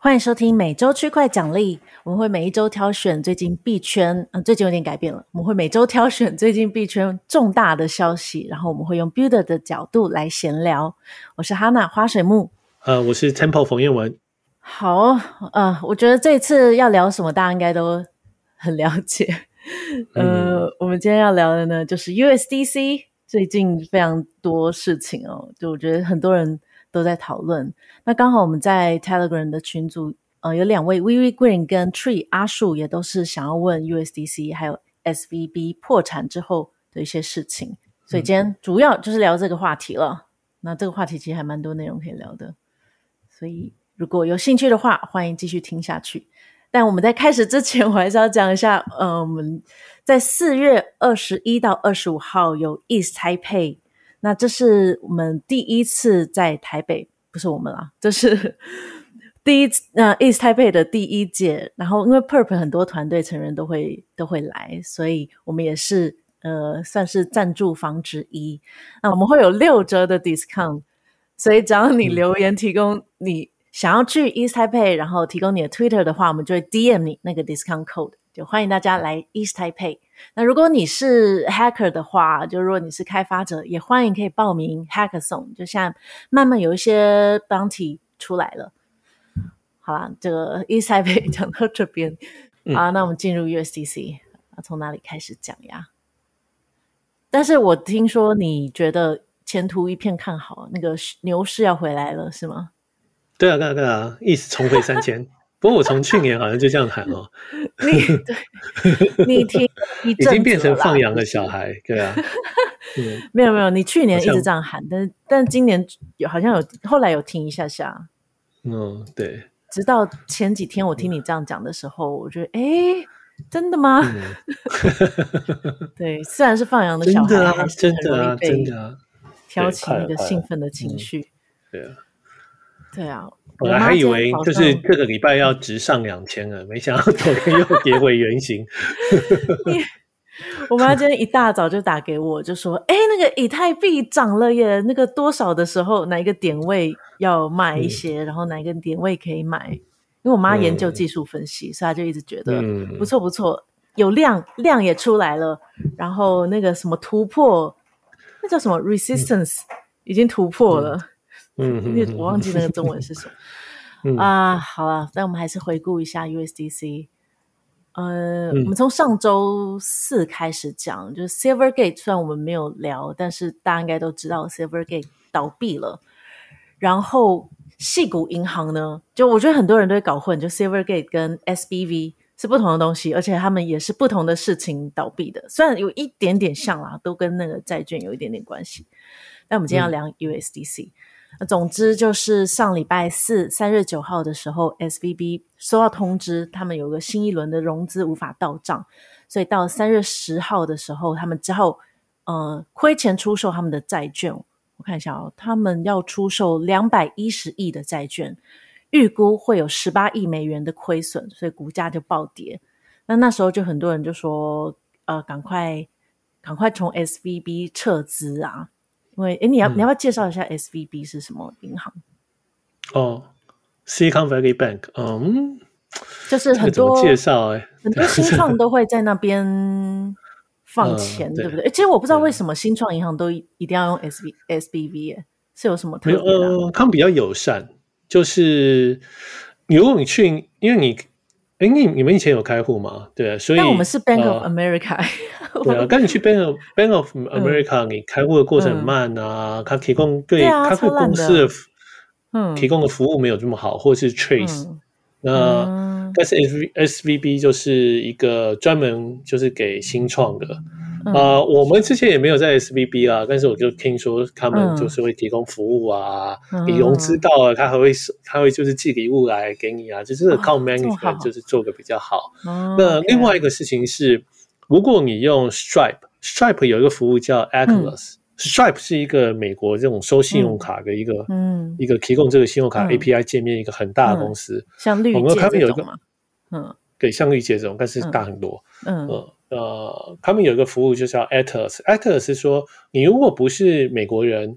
欢迎收听每周区块奖励，我们会每一周挑选最近币圈，最近有点改变了，我们会每周挑选最近币圈重大的消息，然后我们会用 Builder 的角度来闲聊。我是哈娜花水木， 我是 Temple 冯彦文。 好，我觉得这一次要聊什么，大家应该都很了解。我们今天要聊的呢，就是 USDC 最近非常多事情哦，就我觉得很多人都在讨论。那刚好我们在 Telegram 的群组有两位 Vivi Green 跟 Tree 阿树也都是想要问 USDC 还有 SVB 破产之后的一些事情，所以今天主要就是聊这个话题了。那这个话题其实还蛮多内容可以聊的，所以如果有兴趣的话，欢迎继续听下去。但我们在开始之前，我还是要讲一下，我们在4月21到25号有 East Taipei， 那这是我们第一次在台北，不是我们啦，这是第一次East Taipei 的第一届，然后因为 Perp 很多团队成员都会来，所以我们也是算是赞助方之一。那我们会有6折的 discount， 所以只要你留言提供你想要去 East Taipei， 然后提供你的 Twitter 的话，我们就会 DM 你那个 discount code， 就欢迎大家来 East Taipei。那如果你是 hacker 的话，就如果你是开发者，也欢迎可以报名 Hackathon， 就现在慢慢有一些 bounty 出来了。好啦，这个 East Taipei 讲到这边，那我们进入 USDC， 从哪里开始讲呀？但是我听说你觉得前途一片看好，那个牛市要回来了是吗？ 对啊，一直重回3000。不过我从去年好像就这样喊哦。 你听一阵子了啦， 已经变成放羊的小孩，对啊。 没有，你去年一直这样喊，但今年好像后来有停一下下。 对。 直到前几天我听你这样讲的时候，我觉得真的吗？对，虽然是放羊的小孩，还是很容易被挑起那个兴奋的情绪。对啊， 本来还以为就是这个礼拜要直上2000了，没想到昨天又跌回原形。 我妈今天一大早就打给我，就说那个以太币涨了耶，那个多少的时候哪一个点位要卖一些，然后哪一个点位可以买。因为我妈研究技术分析，所以她就一直觉得不错，有量也出来了，然后那个什么突破，那叫什么 resistance 已经突破了。我忘记那个中文是什么。好了，但我们还是回顾一下 USDC。我们从上周4开始讲，就是 Silvergate， 虽然我们没有聊，但是大家应该都知道 Silvergate 倒闭了。然后矽谷银行呢，就我觉得很多人都会搞混，就 Silvergate 跟 SBV 是不同的东西，而且他们也是不同的事情倒闭的，虽然有一点点像啦，都跟那个债券有一点点关系。但我们今天要聊 USDC。总之就是上礼拜4 3月9号的时候 SVB 收到通知，他们有个新一轮的融资无法到账，所以到3月10号的时候，他们之后亏钱出售他们的债券。我看一下他们要出售210亿的债券，预估会有18亿美元的亏损，所以股价就暴跌。那时候就很多人就说赶快从 SVB 撤资啊。因为你要不要介绍一下 SVB 是什么银行 ？Silicon Valley Bank， 就是很多、 这个怎么介绍很多新创都会在那边放钱，对不对？其实我不知道为什么新创银行都一定要用 SVB， 是有什么特别的？ 他们比较友善，就是如果你去，因为你们以前有开户吗？对，所以但我们是 Bank of America。 对啊，但你去 Bank of America，你开户的过程很慢啊，他提供对开户公司的提供的服务没有这么好，或是 Trace。但是 SVB 就是一个专门就是给新创的。我们之前也没有在 SVB 啊，但是我就听说他们就是会提供服务啊，你融资到了，他会就是寄礼物来给你啊，就是 account management 就是做的比较好。那另外一个事情是，如果你用 Stripe 有一个服务叫 Atlas。Stripe 是一个美国这种收信用卡的一个提供这个信用卡 API 界面一个很大的公司， 像绿界这种吗？ 对，像绿界这种，但是大很多。他们有一个服务就叫 Atlas。Atlas 是说，你如果不是美国人，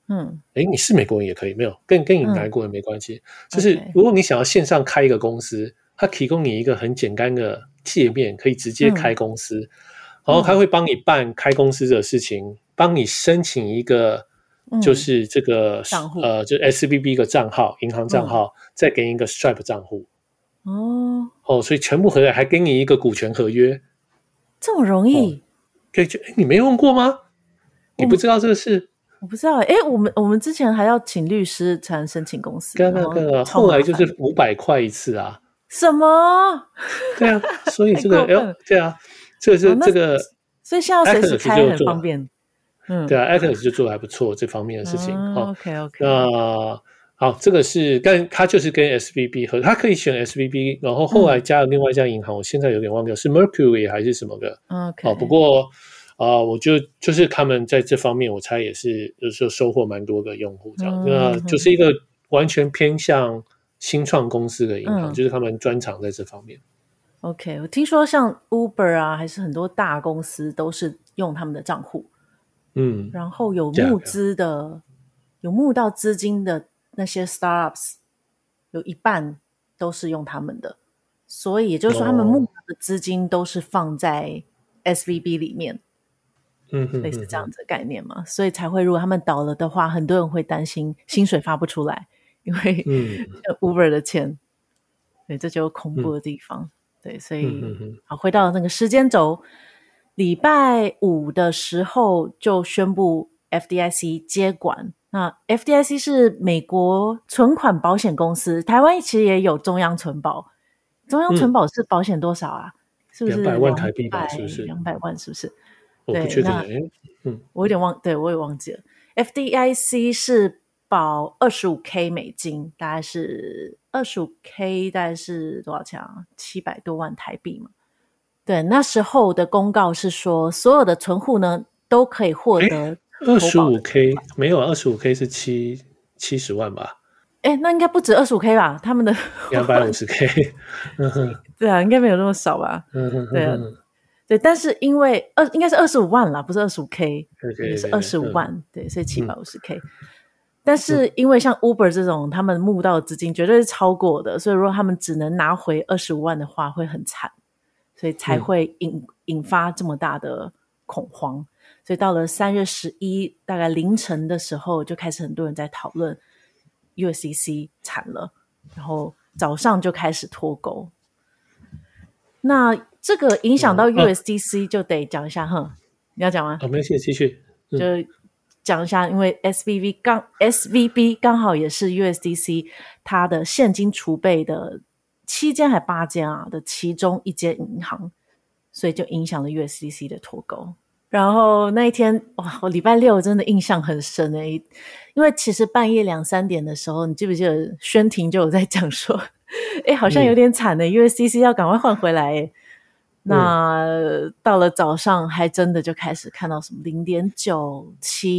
你是美国人也可以，没有跟你哪国人没关系。就是如果你想要线上开一个公司，它提供你一个很简单的界面，可以直接开公司，然后它会帮你办开公司的事情，帮你申请一个就是这个就 SVB 一个账号，银行账号，再给你一个 Stripe 账户。所以全部合来还给你一个股权合约， 这么容易？ 你没用过吗？你不知道这个事？ 我不知道我们之前还要请律师才能申请公司， 后来就是500块一次啊。 什么？ 对啊，所以这个对啊，这个， 所以现在随时开很方便。 对啊 ，Actors 就做得还不错这方面的事情。 OK， 那好，这个是，但它就是跟 SVB 合，它可以选 SVB， 然后后来加了另外一家银行，我现在有点忘掉是 Mercury 还是什么的。不过我就是他们在这方面，我猜也是就是收获蛮多个用户这样。那就是一个完全偏向新创公司的银行，就是他们专长在这方面。 OK， 我听说像 Uber 啊，还是很多大公司都是用他们的账户。然后有募资的，有募到资金的那些 startups， 有一半都是用他们的，所以也就是说，他们募到的资金都是放在 SVB 里面，类似这样子的概念嘛，所以才会如果他们倒了的话，很多人会担心薪水发不出来，因为Uber 的钱，对，这就有恐怖的地方，对，所以好，回到那个时间轴。礼拜5的时候就宣布 FDIC 接管，那 FDIC 是美国存款保险公司，台湾其实也有中央存保，中央存保是保险多少啊？是不是 200万台币吧？是不是 200万？是不是？ 我不确定， 我有点我也忘记了。FDIC 是保25K 美金，大概是25K，大概是多少钱啊？700多万台币嘛。对，那时候的公告是说，所有的存户呢都可以获得 25K， 没有啊，25K 是70万吧？ 那应该不止25K 吧？他们的 250K， 对啊，应该没有那么少吧？对啊，对，但是因为应该是25万啦，不是25K， 是25万，对，所以750K。但是因为像 Uber 这种，他们募到的资金绝对是超过的，所以如果他们只能拿回25万的话，会很惨。所以才会引发这么大的恐慌，所以到了3月11大概凌晨的时候，就开始很多人在讨论 USDC 惨了，然后早上就开始脱钩。那这个影响到 USDC 就得讲一下，你要讲吗？ 没事，继续。 就讲一下，因为 SVB 刚好也是 USDC 它的现金储备的7间还8间啊的其中一间银行，所以就影响了 USDC 的脱钩。然后那一天哇，我礼拜6真的印象很深因为其实半夜2、3点的时候，你记不记得宣婷就有在讲说好像有点惨USDC 要赶快换回来那到了早上还真的就开始看到什么 0.97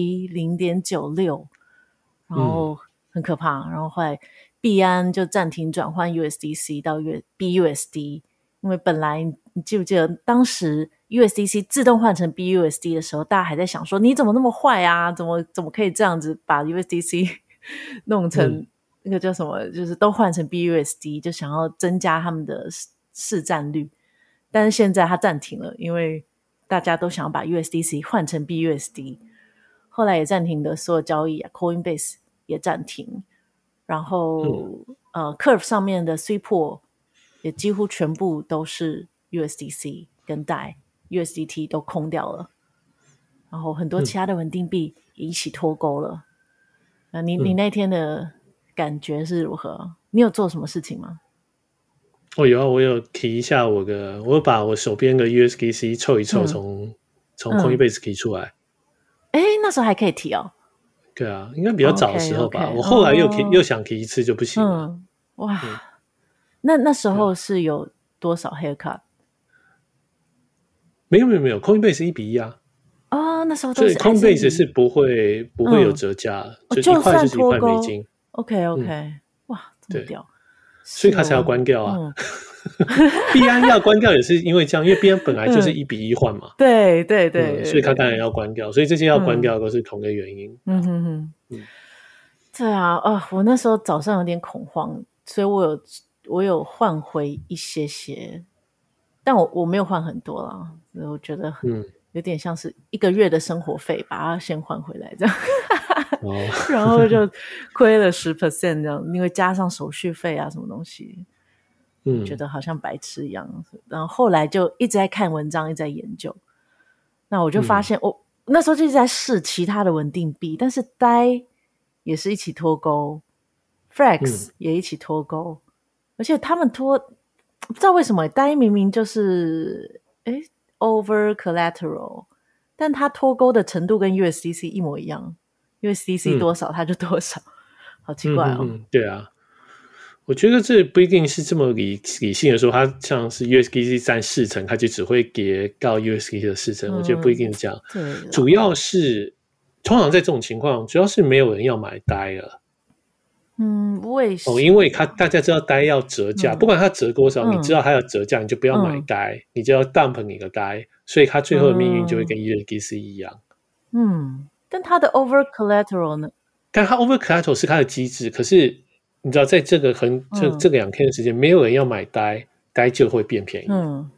0.96 然后很可怕，然后后来币安就暂停转换 USDC 到 BUSD， 因为本来你记不记得当时 USDC 自动换成 BUSD 的时候，大家还在想说你怎么那么坏啊，怎么可以这样子把 USDC 弄成那个叫什么，就是都换成 BUSD， 就想要增加他们的市占率。但是现在它暂停了，因为大家都想要把 USDC 换成 BUSD， 后来也暂停的所有交易啊 Coinbase 也暂停，然后Curve 上面的 Sweepo 也几乎全部都是 USDC 跟DAI USDT 都空掉了，然后很多其他的稳定币也一起脱钩了。你那天的感觉是如何？你有做什么事情吗？ 有啊，我有提一下我把我手边的 USDC 凑一凑，从 Coinbase 提出来。 那时候还可以提哦。 对啊，应该比较早的时候吧。我后来又想提一次就不行了。 哇，那时候是有多少 haircut？ 没有 Coinbase 1:1啊。 那时候都是 Coinbase 是不会有折价，就1块就是1块美金。 OK， 哇，这么屌！ 所以它才要关掉啊。币安要关掉也是因为这样，因为币安本来就是1:1换嘛。 对， 所以它当然要关掉，所以这些要关掉都是同个原因。 对啊，我那时候早上有点恐慌，所以我有换回一些，但我没有换很多啦，所以我觉得有点像是1个月的生活费，把它先换回来这样。然后就亏了10% 这样，因为加上手续费啊什么东西，觉得好像白痴一样。然后后来就一直在看文章，一直在研究。那我就发现，我那时候就一直在试其他的稳定币，但是DAI也是一起脱钩，Frax 也一起脱钩，而且他们不知道为什么DAI明明就是over collateral， 但它脱钩的程度跟 USDC 一模一样。USDC 多少它就多少，好奇怪哦。 对啊，我觉得这不一定是这么理性的说，它像是 USDC 占40%，它就只会跌到 USDC 的40%，我觉得不一定是这样。主要是通常在这种情况，主要是没有人要买DAI了。 为什么？ 因为大家知道DAI要折价，不管它折多少，你知道它要折价，你就不要买DAI，你就要 dump 你的DAI，所以它最后的命运就会跟 USDC 一样。 但它的 over collateral 呢？ 但它 over collateral 是它的机制，可是你知道，在这个这个2天的时间，没有人要买DAI就会变便宜。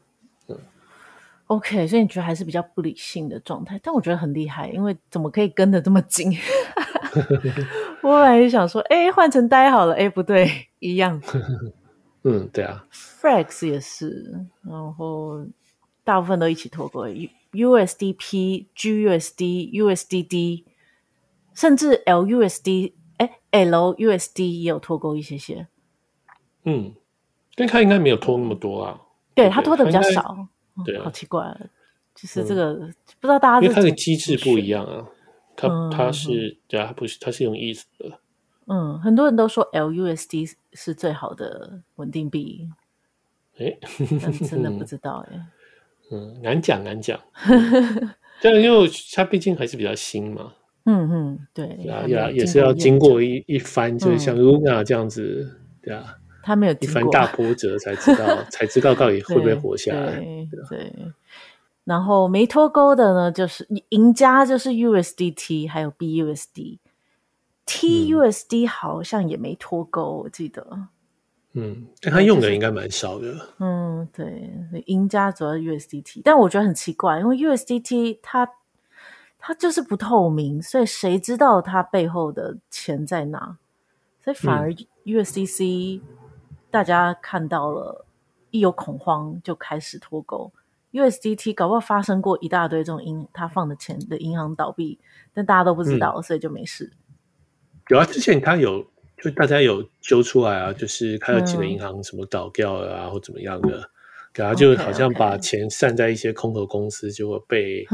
OK， 所以你觉得还是比较不理性的状态，但我觉得很厉害，因为怎么可以跟得这么紧？我本来就想说，换成DAI好了，不对，一样。 对啊 ，Frax 也是，然后大部分都一起脱钩。USDP、GUSD、USDD， 甚至 LUSD， LUSD 也有脱钩一些。 但他应该没有脱那么多啊。 对，他脱的比较少。 对啊， 好奇怪，就是这个不知道大家因为它的机制不一样啊。它是对啊，它是用ETH的。 很多人都说 LUSD 是最好的稳定币。但真的不知道难讲。但因为它毕竟还是比较新嘛。 对， 也是要经过一番，就是像 Luna 这样子，对啊， 他没有一番大波折才知道到底会不会活下来。 对。然后没脱钩的呢，就是赢家就是 USDT 还有 BUSD。TUSD 好像也没脱钩，我记得。 但他用的应该蛮少的。 对，赢家主要是 USDT， 但我觉得很奇怪，因为 USDT 它就是不透明，所以谁知道它背后的钱在哪？所以反而 USDC 大家看到了，一有恐慌就开始脱钩。USDT 搞不好发生过一大堆这种他放的钱的银行倒闭，但大家都不知道，所以就没事。 有啊，之前就大家有揪出来啊，就是还有几个银行什么倒掉了啊，或怎么样的，对啊，就好像把钱散在一些空头公司，结果被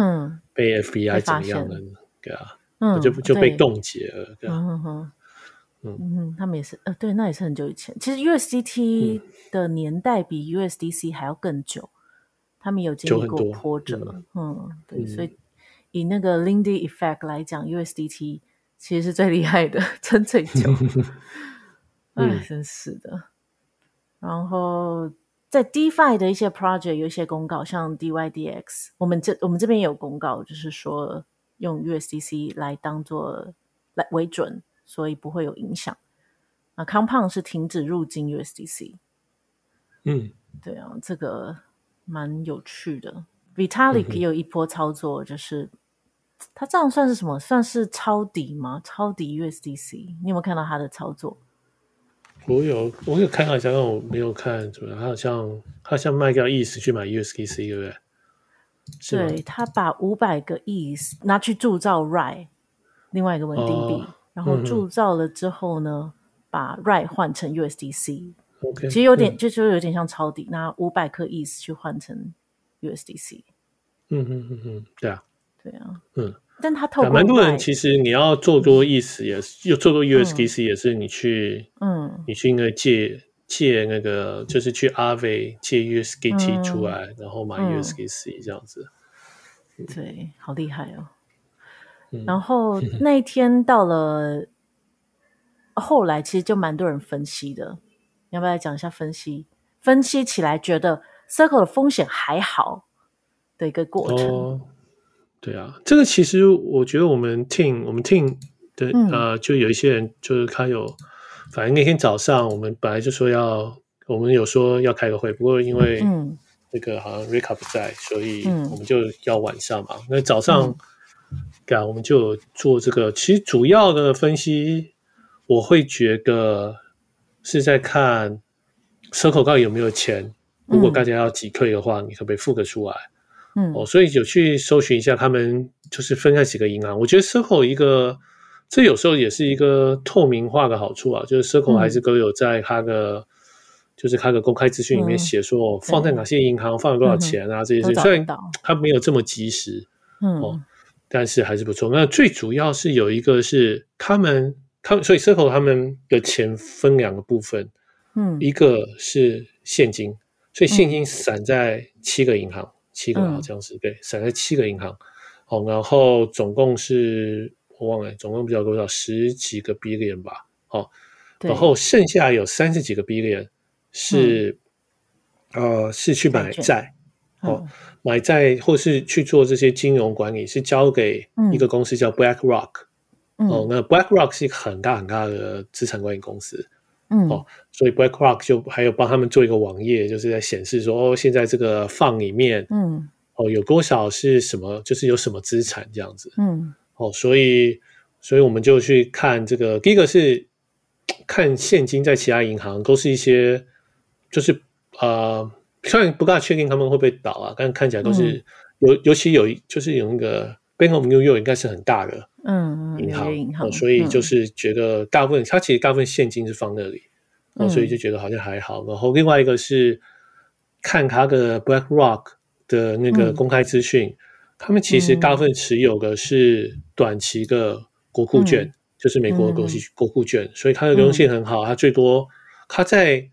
FBI 怎么样的，对啊，就被冻结了，对啊。 他们也是，对，那也是很久以前。其实 USDT 的年代比 USDC 还要更久，他们有经历过波折。对，所以以那个 Lindy Effect 来讲 ，USDT 其实是最厉害的，撑最久。真是的。然后在 DeFi 的一些 project 有一些公告，像 DYDX， 我们这边也有公告，就是说用 USDC 来为准。所以不会有影响。那 Compound 是停止入金 USDC。对啊，这个蛮有趣的。Vitalik 也有一波操作，就是他这样算是什么？算是抄底吗？抄底 USDC， 你有没有看到他的操作？ 我有看到一下，但我没有看怎么样。他好像卖掉 ETH 去买 USDC， 对不对？ 对，他把500个 ETH 拿去铸造 RAI， 另外一个稳定币。然后铸造了之后呢，把 RAI 换成 USDC， 其实有点就是有点像抄底，拿500颗 ETH 去换成 USDC。 对啊， 但他透过蛮多人其实你要做多 ETH 也是，又做多 USDC 也是你去那个借那个就是去 Aave 借 USDT 出来，然后买 USDC 这样子。 对，好厉害哦。然后那一天到了，后来其实就蛮多人分析的， 你要不要来讲一下分析起来觉得 Circle 的风险还好的一个过程？ 对啊，这个其实我觉得我们 team 的就有一些人就是他有，反正那天早上我们本来就说我们有说要开个会，不过因为那个好像 Rika 不在，所以我们就要晚上嘛。那早上我们就做这个，其实主要的分析我会觉得是在看 Circle 到底有没有钱，如果大家要击退的话，你可不可以付得出来？所以有去搜寻一下，他们就是分开几个银行。我觉得 Circle 这有时候也是一个透明化的好处啊，就是 Circle 还是都有在他的公开资讯里面写说，放在哪些银行放了多少钱啊，这些事情。虽然它没有这么及时，但是还是不错。那最主要是有一个是所以 Circle 他们的钱分两个部分，一个是现金，所以现金散在7个银行。7个好像是对，散在7个银行，然后总共是我忘了，总共不知道多少10几个 billion 吧，然后剩下有30几个 billion 是去买债，买债或是去做这些金融管理，是交给一个公司叫 BlackRock，那 BlackRock 是一个很大很大的资产管理公司。所以 BlackRock 就还有帮他们做一个网页，就是在显示说现在这个放里面有多少是什么，就是有什么资产这样子。所以我们就去看这个，第一个是看现金在其他银行都是一些就是虽然不大确定他们会不会倒啊，但看起来都是尤其就是有那个 Bank of New York 应该是很大的银行，所以就是觉得它其实大部分现金是放那里，所以就觉得好像还好。然后另外一个是看他的 BlackRock 的那个公开资讯，他们其实大部分持有的是短期的国库券，就是美国的国库券，所以它的流动性很好，它最多它在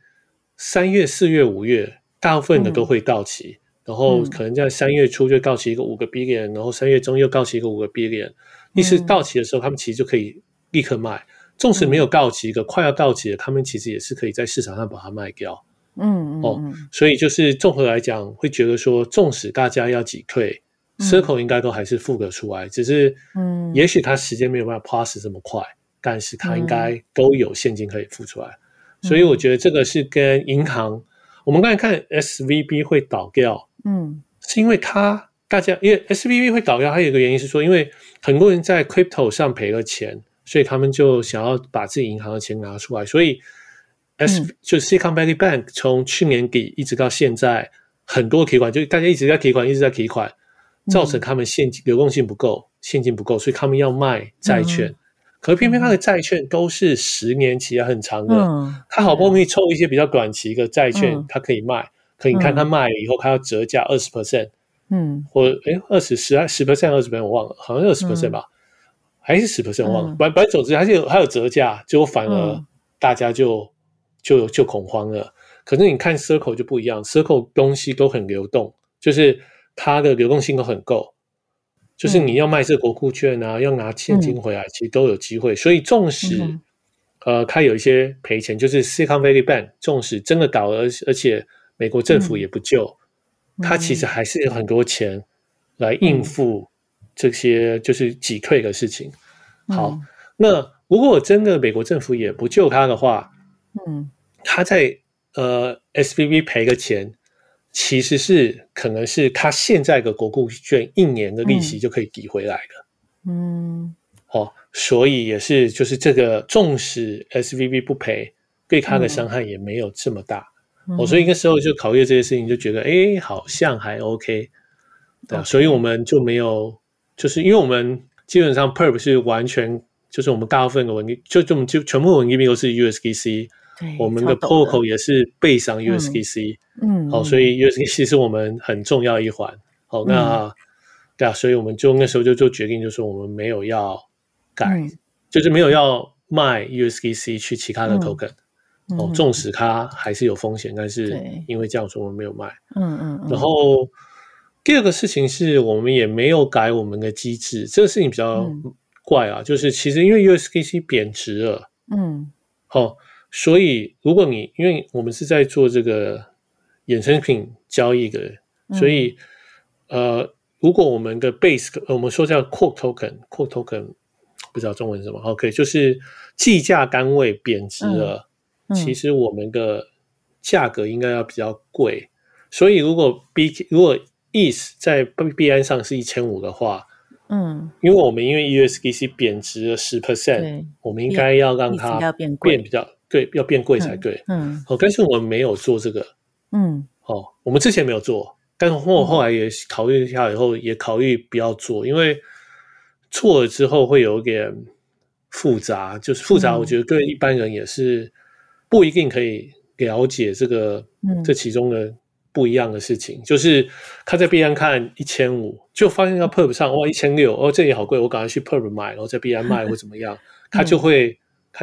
3月、4月、5月大部分的都会到期。然后可能在3月初就到期一个5个 billion， 然后3月中又到期一个5个 billion， 意思到期的时候他们其实就可以立刻卖，纵使没有到期的快要到期的，他们其实也是可以在市场上把它卖掉。所以就是综合来讲会觉得说，纵使大家要击退Circle 应该都还是付得出来，只是也许它时间没有办法 pass 这么快，但是它应该都有现金可以付出来。所以我觉得这个是跟银行，我们刚才看 SVB 会倒掉，是因为因为 SVB 会倒掉，还有一个原因是说，因为很多人在 crypto 上赔了钱，所以他们就想要把自己银行的钱拿出来，所以就是 Silicon Valley Bank 从去年底一直到现在，很多提款，就大家一直在提款，造成他们流动性不够，现金不够，所以他们要卖债券。可是偏偏他的债券都是10年期很长的，他好不容易抽一些比较短期的债券，他可以卖。可你看他卖了以后，他要折价 20%， 或10% 20% 我忘了，好像 20% 吧，还是 10% 忘了。反正总之还有折价，结果反而大家就恐慌了。可是你看 Circle 就不一样 ，Circle 东西都很流动，就是它的流动性都很够。就是你要卖这国库券啊，要拿现金回来，其实都有机会。所以纵使它有一些赔钱，就是 Silicon Valley Bank 纵使真的倒了，而且美国政府也不救，它其实还是有很多钱来应付这些就是击退的事情。好，那如果真的美国政府也不救它的话，它在SVB 赔个钱，其实可能是他现在的国库券1年的利息就可以抵回来的。所以也是就是这个纵使 SVB 不赔，对他的伤害也没有这么大。所以那时候就考虑这些事情，就觉得好像还 OK， 对，所以我们就没有，就是因为我们基本上 Perp 是完全就是我们大部分的稳定，就全部稳定币都是 USDC， 我们的 protocol 也是背上 USDC， 所以 USDC 是我们很重要一环。那对啊，所以我们就那时候就做决定，就是我们没有要改，就是没有要卖 USDC 去其他的 token。纵使它还是有风险，但是因为这样说我们没有卖。然后第二个事情是我们也没有改我们的机制，这个事情比较怪啊，就是其实因为 USDC 贬值了， 所以如果你因为我们是在做这个衍生品交易的，所以如果我们的 base 我们说叫 quote token 不知道中文是什么 OK 就是计价单位贬值了，其实我们的价格应该要比较贵，所以如果 ETH 在币安上是1500的话，因为我们因为 USDC 贬值了 10%， 我们应该要让它变比较对，要变贵才对。但是我们没有做这个，我们之前没有做，但是后来也考虑一下以后，也考虑不要做，因为做了之后会有点复杂，就是复杂，我觉得对一般人也是不一定可以了解这其中的不一样的事情，就是他在币安看1500，就发现到 Perp 上哇1600，这也好贵，我赶快去 Perp 买，然后在币安卖或怎么样，他就会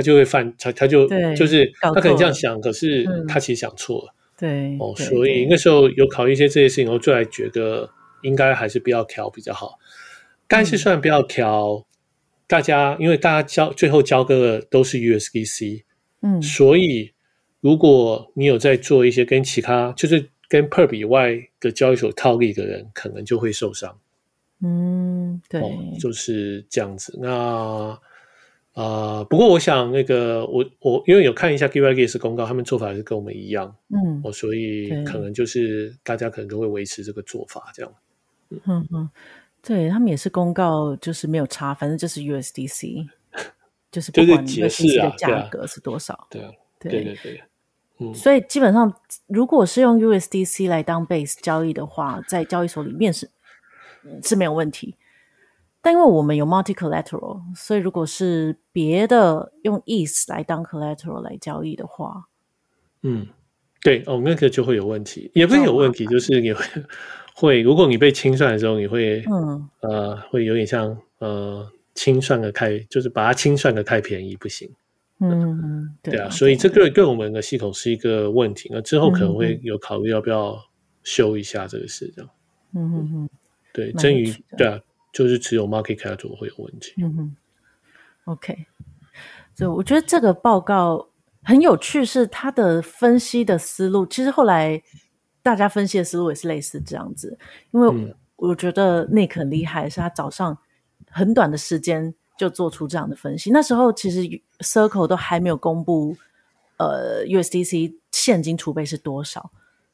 就是他可能这样想，可是他其实想错了。 对所以那时候有考虑一些这些事情，我最来觉得应该还是不要调比较好。但是虽然不要调，因为大家最后交割的都是 USDC，所以如果你有在做一些跟其他就是跟 Perp 以外的交易所套利的人，可能就会受伤。 对， 就是这样子。那不过我想那个我因为有看一下 GYGS 公告，他们做法还是跟我们一样，所以可能就是大家可能都会维持这个做法这样。 对，他们也是公告，就是没有差，反正就是 USDC， 就是不管 USDC 的价格是多少。 对， 所以基本上如果是用 USDC 来当 base 交易的话，在交易所里面是没有问题。但因为我们有 multi collateral， 所以如果是别的用 ETH 来当 collateral 来交易的话， 对那个就会有问题，也不是有问题，就是你会如果你被清算的时候，你会会有点像清算的就是把它清算的太便宜不行。对啊，所以这个对我们的系统是一个问题，那之后可能会有考虑要不要修一下这个事这样。对，真鱼对啊，就是只有 market capital 会有问题。 OK， 所以我觉得这个报告很有趣，是他的分析的思路，其实后来大家分析的思路也是类似这样子。因为我觉得 Nick 很厉害，是他早上很短的时间就做出这样的分析。那时候其实 Circle 都还没有公布USDC 现金储备是多少。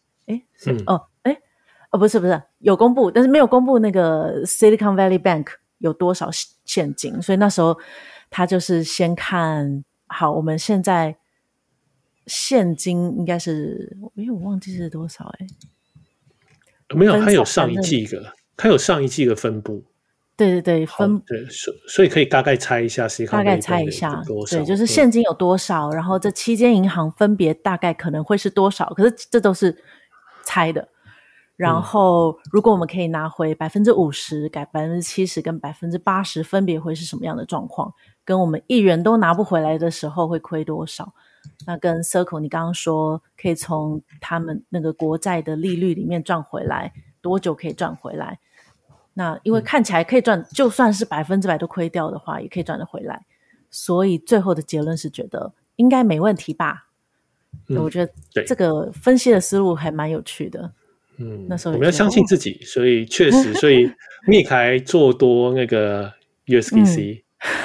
不是有公布，但是没有公布那个 Silicon Valley Bank 有多少现金，所以那时候他就是先看好我们现在现金应该是我忘记是多少没有，它有上一季的分布。 对，对， 所以可以大概猜一下 Silicon Valley Bank 多少， 对，就是现金有多少，然后这7间银行分别大概可能会是多少，可是这都是猜的。然后如果我们可以拿回 50%、70% 跟 80% 分别会是什么样的状况，跟我们1元都拿不回来的时候会亏多少。那跟 Circle 你刚刚说可以从他们那个国债的利率里面赚回来，多久可以赚回来，那因为看起来可以赚，就算是100%都亏掉的话也可以赚得回来，所以最后的结论是觉得应该没问题吧。我觉得这个分析的思路还蛮有趣的。那时候我们要相信自己，所以确实，所以Nick还做多那个 USDC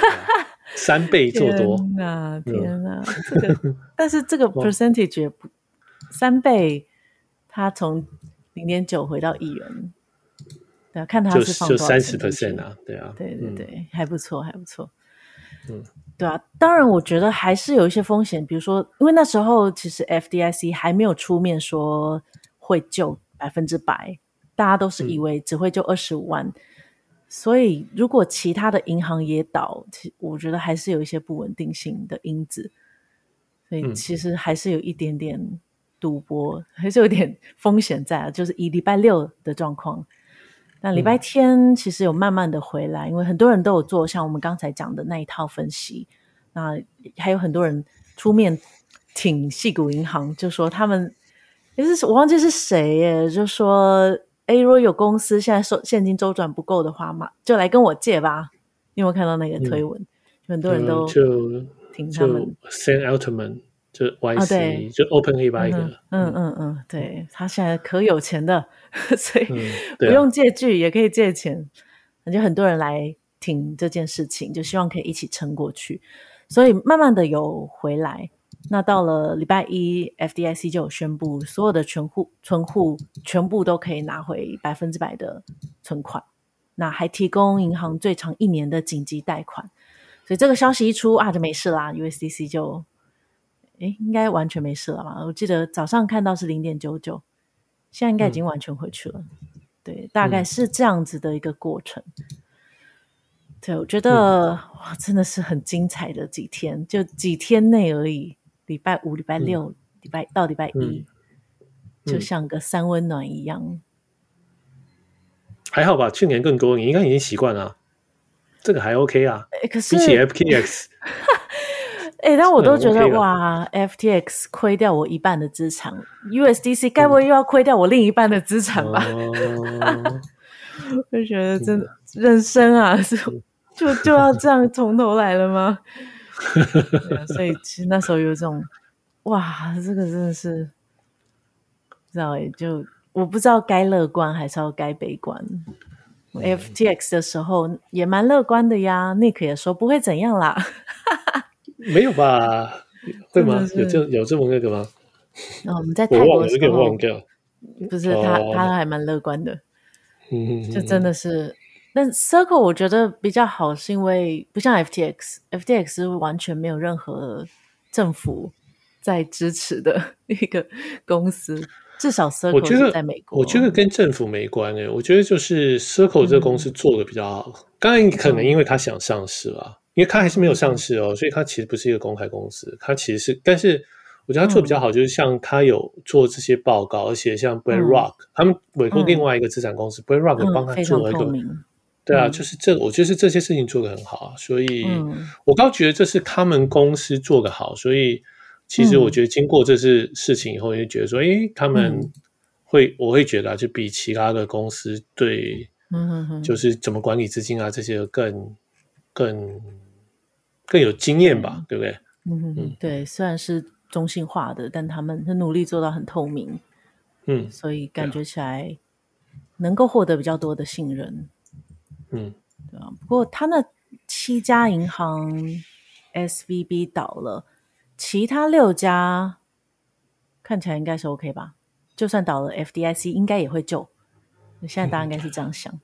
3倍做多。 天哪，这个但是这个 percentage 也不3倍，它从 0.9 回到1元，对啊，看它是放多少钱进去， 30% 啊，对啊， 对，还不错。对啊，当然我觉得还是有一些风险，比如说因为那时候其实 FDIC 还没有出面说会救100%，大家都是以为只会救25万，所以如果其他的银行也倒，我觉得还是有一些不稳定性的因子，所以其实还是有一点点赌博，还是有点风险在，就是以礼拜6的状况。那礼拜天其实有慢慢的回来，因为很多人都有做像我们刚才讲的那一套分析，那还有很多人出面挺矽谷银行，就说他们我忘记是谁耶，就说如果有公司现在现金周转不够的话嘛，就来跟我借吧。你有没有看到那个推文？很多人都挺他们。 Sam Altman 就 YC、就 OpenAI 对，他现在可有钱的，所以不用借据也可以借钱，就很多人来挺这件事情，就希望可以一起撑过去，所以慢慢的有回来。那到了礼拜一 FDIC 就有宣布所有的存户全部都可以拿回100%的存款，那还提供银行最长1年的紧急贷款，所以这个消息一出就没事啦， USDC 就应该完全没事了吧？我记得早上看到是 0.99， 现在应该已经完全回去了，对，大概是这样子的一个过程。对，我觉得哇，真的是很精彩的几天，就几天内而已，礼拜五、礼拜六、到礼拜一，就像个三温暖一样。 还好吧，去年更多，你应该已经习惯了，这个还 OK 啊。 可是比起 FTX 但我都觉得哇 FTX 亏掉我一半的资产， USDC 该不会又要亏掉我另一半的资产吧？我觉得真的人生啊，就要这样从头来了吗？所以其实那时候有这种哇，这个真的是不知道就我不知道该乐观还是要该悲观。FTX 的时候也蛮乐观的呀， Nick 也说不会怎样啦。 没有吧？会吗？有这么那个吗？ 我们在泰国的时候我忘掉， 不是他还蛮乐观的，就真的是。但 Circle 我觉得比较好，是因为不像 FTX 是完全没有任何政府在支持的一个公司，至少 Circle 是在美国。 我觉得跟政府没关我觉得就是 Circle 这个公司做的比较好。当然可能因为他想上市啦，因为他还是没有上市所以他其实不是一个公开公司，他其实是，但是我觉得他做的比较好，就是像他有做这些报告，而且像 BlackRock 他们委托另外一个资产公司 BlackRock 帮他做了一个对啊，就是我觉得这些事情做得很好所以我刚觉得这是他们公司做得好，所以其实我觉得经过这次事情以后，就觉得说他们我会觉得就比其他的公司对就是怎么管理资金这些更有经验吧，对不对？ 对，虽然是中性化的，但他们很努力做到很透明，所以感觉起来能够获得比较多的信任。对啊，不过他那7家银行 SVB 倒了，其他6家看起来应该是 OK 吧，就算倒了 FDIC 应该也会救，现在大家应该是这样想。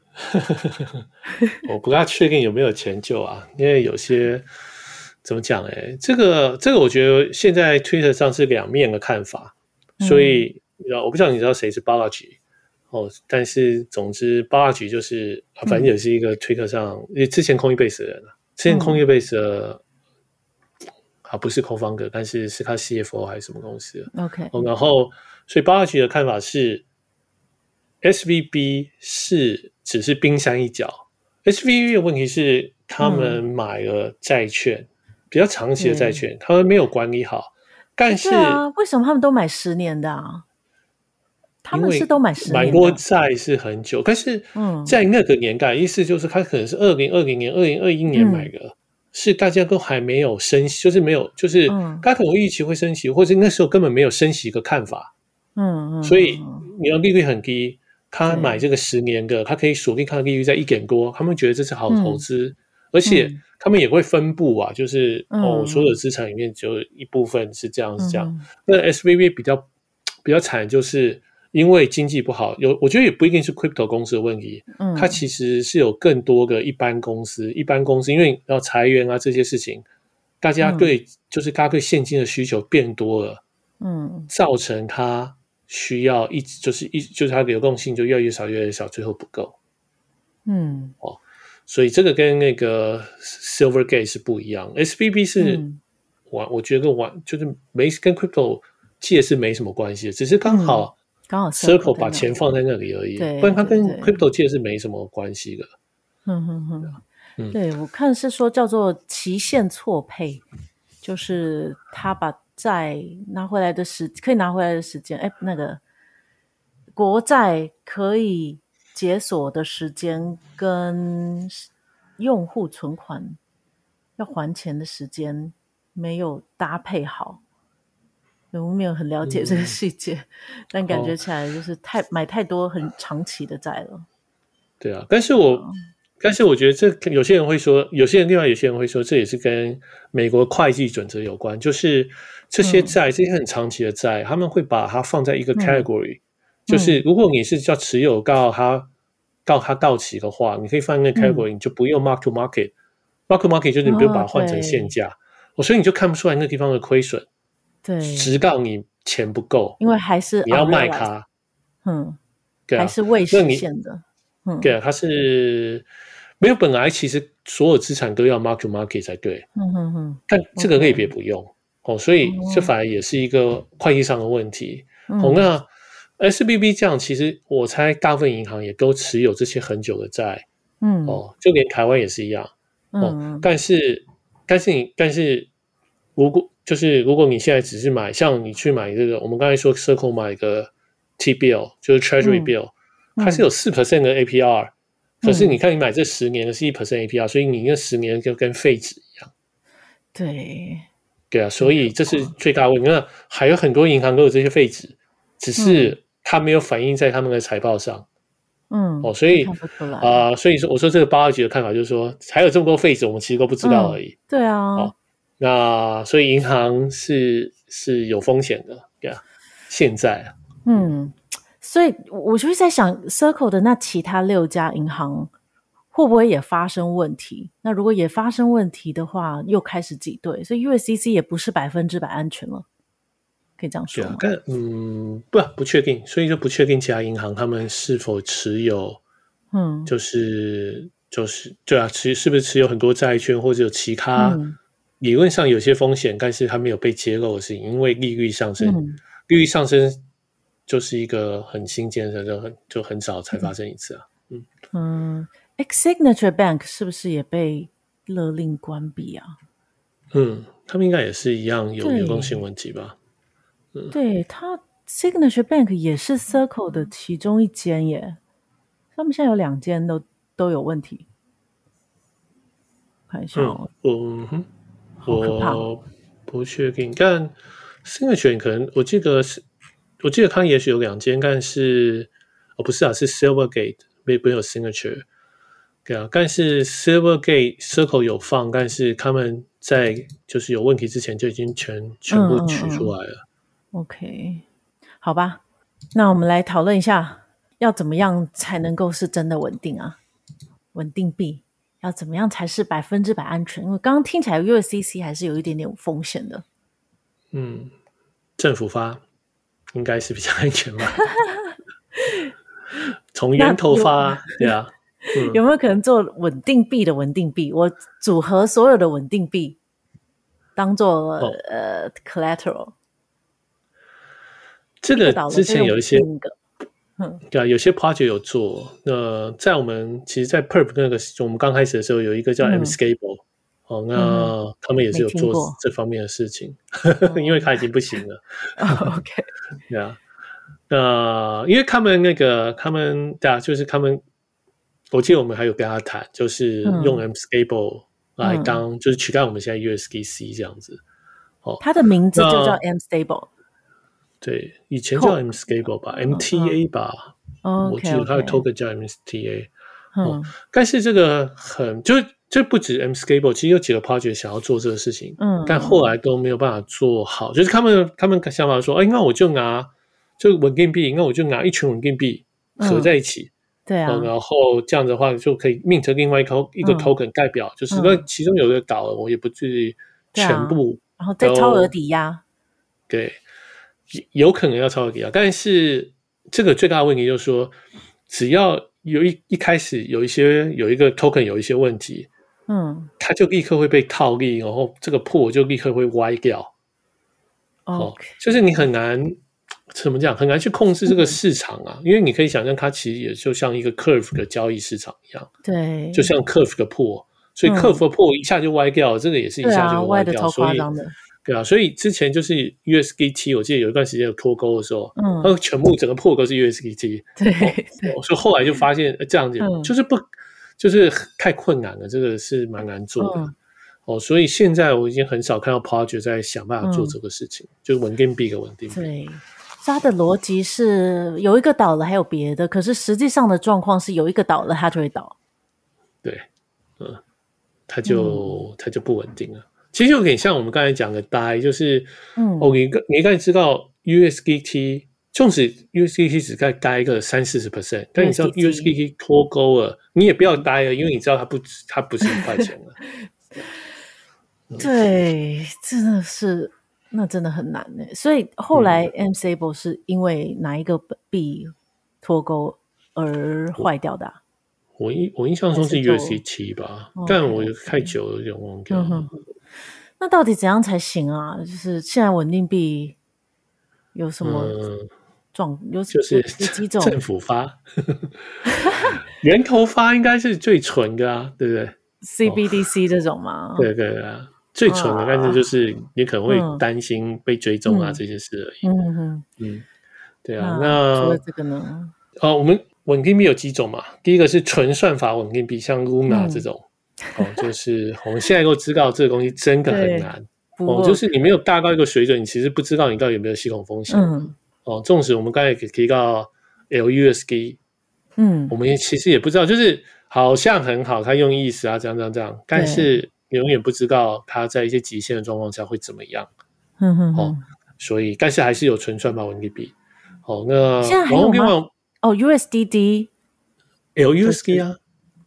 我不大确定有没有钱救啊，因为有些怎么讲这个我觉得现在 Twitter 上是两面的看法，所以我不知道你知道谁是 Balaji但是总之 Balaji 就是反正也是一个 Twitter 上之前Coinbase 的人之前Coinbase 的不是 co-founder 但是是他 CFO 还是什么公司的 OK 然后所以 Balaji 的看法是 SVB 只是冰山一角， SVB 的问题是他们买了债券比较长期的债券他们没有管理好，但是为什么他们都买10年的他们是都买10年的， 买过债是很久，但是在那个年代意思就是他可能是2020年2021年买的是大家都还没有升息，就是没有就是大家可能预期会升息，或者那时候根本没有升息的看法所以你的利率很低，他买这个10年的他可以锁定他的利率在1点多，他们觉得这是好投资而且他们也会分布就是所有的资产里面只有一部分是这样那 SVB 比较惨，就是因为经济不好我觉得也不一定是 crypto 公司的问题它其实是有更多的一般公司因为要裁员这些事情，大家对现金的需求变多了造成它需要就是它的流动性就越来越少越来越少，最后不够所以这个跟那个 Silvergate 是不一样 SVB 是我觉得就是跟 crypto 界是没什么关系的，只是刚好 Circle 把钱放在那里而已，不然它跟 crypto 界是没什么关系的对，我看是说叫做期限错配，就是他把债拿回来的可以拿回来的时间那个国债可以解锁的时间跟用户存款要还钱的时间没有搭配好， 我没有很了解这个细节，但感觉起来就是买太多很长期的债了。 对啊，但是我觉得这有些人会说，另外有些人会说，这也是跟美国会计准则有关，就是这些债，这些很长期的债，他们会把它放在一个 category，就是如果你是要持有到它到期的话，你可以放在那个 category，你就不用 mark to market。mark to market 就是你不用把它换成现价，所以你就看不出来那个地方的亏损。 对， 直到你钱不够， 因为还是你要卖它，对啊， 还是未实现的， 对啊，它是没有本来其实所有资产都要 mark to market 才对，但这个类别不用所以这反而也是一个会计上的问题。那 SBB 这样，其实我猜大部分银行也都持有这些很久的债，就连台湾也是一样，但是如果你现在只是买，像你去买这个，我们刚才说 Circle 买一个 T-bill， 就是 Treasury bill，它是有 4% 的 APR，可是你看你买这10年的是 1% APR， 所以你那10年就跟废纸一样。 对啊，所以这是最大的问题。那还有很多银行都有这些废纸，只是它没有反映在他们的财报上。所以所以说我说这个829的看法就是说，还有这么多废纸，我们其实都不知道而已。 对啊。 那所以银行是有风险的，对啊。现在所以我就是在想 ，Circle 的那其他6家银行会不会也发生问题？那如果也发生问题的话，又开始挤兑，所以 USDC 也不是100%安全了，可以这样说吗？ 不确定，所以就不确定其他银行他们是否持有，就是对啊，是不是持有很多债券，或者有其他。理论上有些风险，但是它没有被揭露的是因为利率上升，利率上升就是一个很新建的，就很少才发生一次啊。 Signature Bank 是不是也被勒令关闭啊？ 他们应该也是一样有员工性问题吧？ 对，他 Signature Bank 也是 Circle 的其中一间耶，他们现在有2间都有问题。看一下我不确定，但 Signature 可能我记得它也许有2间，但是不是啊，是 Silvergate 没有 Signature， 对啊，但是 Silvergate Circle 有放，但是他们在就是有问题之前就已经全部取出来了。 OK， 好吧，那我们来讨论一下，要怎么样才能够是真的稳定啊？稳定币。要怎么样才是100%安全？因为刚刚听起来 USDC 还是有一点点风险的。 政府发应该是比较安全吧？从源头发，对啊。 有没有可能做稳定币的稳定币？我组合所有的稳定币当做collateral。 这个之前有一些。对啊，有些 project 有做。在我们其实，在 Perp 那个我们刚开始的时候，有一个叫 Mscable，那他们也是有做这方面的事情，因为他已经不行了。 OK， 对啊，因为他们对啊，就是他们，我记得我们还有跟他谈，就是用 Mscable 来当，就是取代我们现在 USDC 这样子。 它的名字就叫 Mstable。 对，以前叫 Mscable 吧，MTA 吧，我记得它的 token 叫 MTA。但是这个就不止 Mscable， 其实有几个 project 想要做这个事情，但后来都没有办法做好。就是他们想法说，那我就拿就稳定币，那我就拿一群稳定币合在一起， 对啊， 然后这样的话就可以 mint 另外一个 token 代表，就是那其中有一个倒了，我也不至于全部， 然后再超额抵押， 对。有可能要超额抵押，但是这个最大的问题就是说，只要有一开始有一个 token 有一些问题，它就立刻会被套利，然后这个破就立刻会歪掉。就是你很难怎么讲，很难去控制这个市场啊，因为你可以想象它其实也就像一个 curve 的交易市场一样， 对， 就像 curve 的破，所以 curve 的破一下就歪掉了，这个也是一下就歪掉， 歪的超夸张的。 对啊，所以之前就是 USDT， 我记得有一段时间有脱钩的时候，它全部整个破钩是 USDT， 对， 所以后来就发现这样子就是太困难了，这个是蛮难做的。 所以现在我已经很少看到 project 在想办法做这个事情，就是稳定币跟稳定币。 对，它的逻辑是有一个倒了还有别的，可是实际上的状况是有一个倒了它就会倒。 对，它就不稳定了。其实有点像我们刚才讲的 DAI， 就是你刚才知道 USDT， 纵使 USDT 只该DAI个30-40%， 但你知道 USDT 脱钩了，你也不要DAI了，因为你知道它不是1块钱了。 对，真的是，那真的很难耶。所以后来 mSable 是因为哪一个币脱钩而坏掉的我印象中是 USDT 吧，但我太久了有点忘掉了。 那到底怎样才行啊？就是现在稳定币有什么就是几种政府发源头发应该是最纯的啊，对不对？ CBDC 这种吗？ 对对啊，最纯的，但是就是你可能会担心被追踪啊这些事而已。对啊。那除了这个呢？ 我们稳定币有几种嘛？第一个是纯算法稳定币，像 Luna 这种。就是我们现在都知道这个东西真的很难。就是你没有大到一个水准，你其实不知道你到底有没有系统风险。纵使我们刚才提到 LUSD， 我们其实也不知道，就是好像很好，它用意思啊，这样，但是你永远不知道它在一些极限的状况下会怎么样。所以，但是还是有纯算法稳定币。那现在还有吗？USDD LUSD 啊。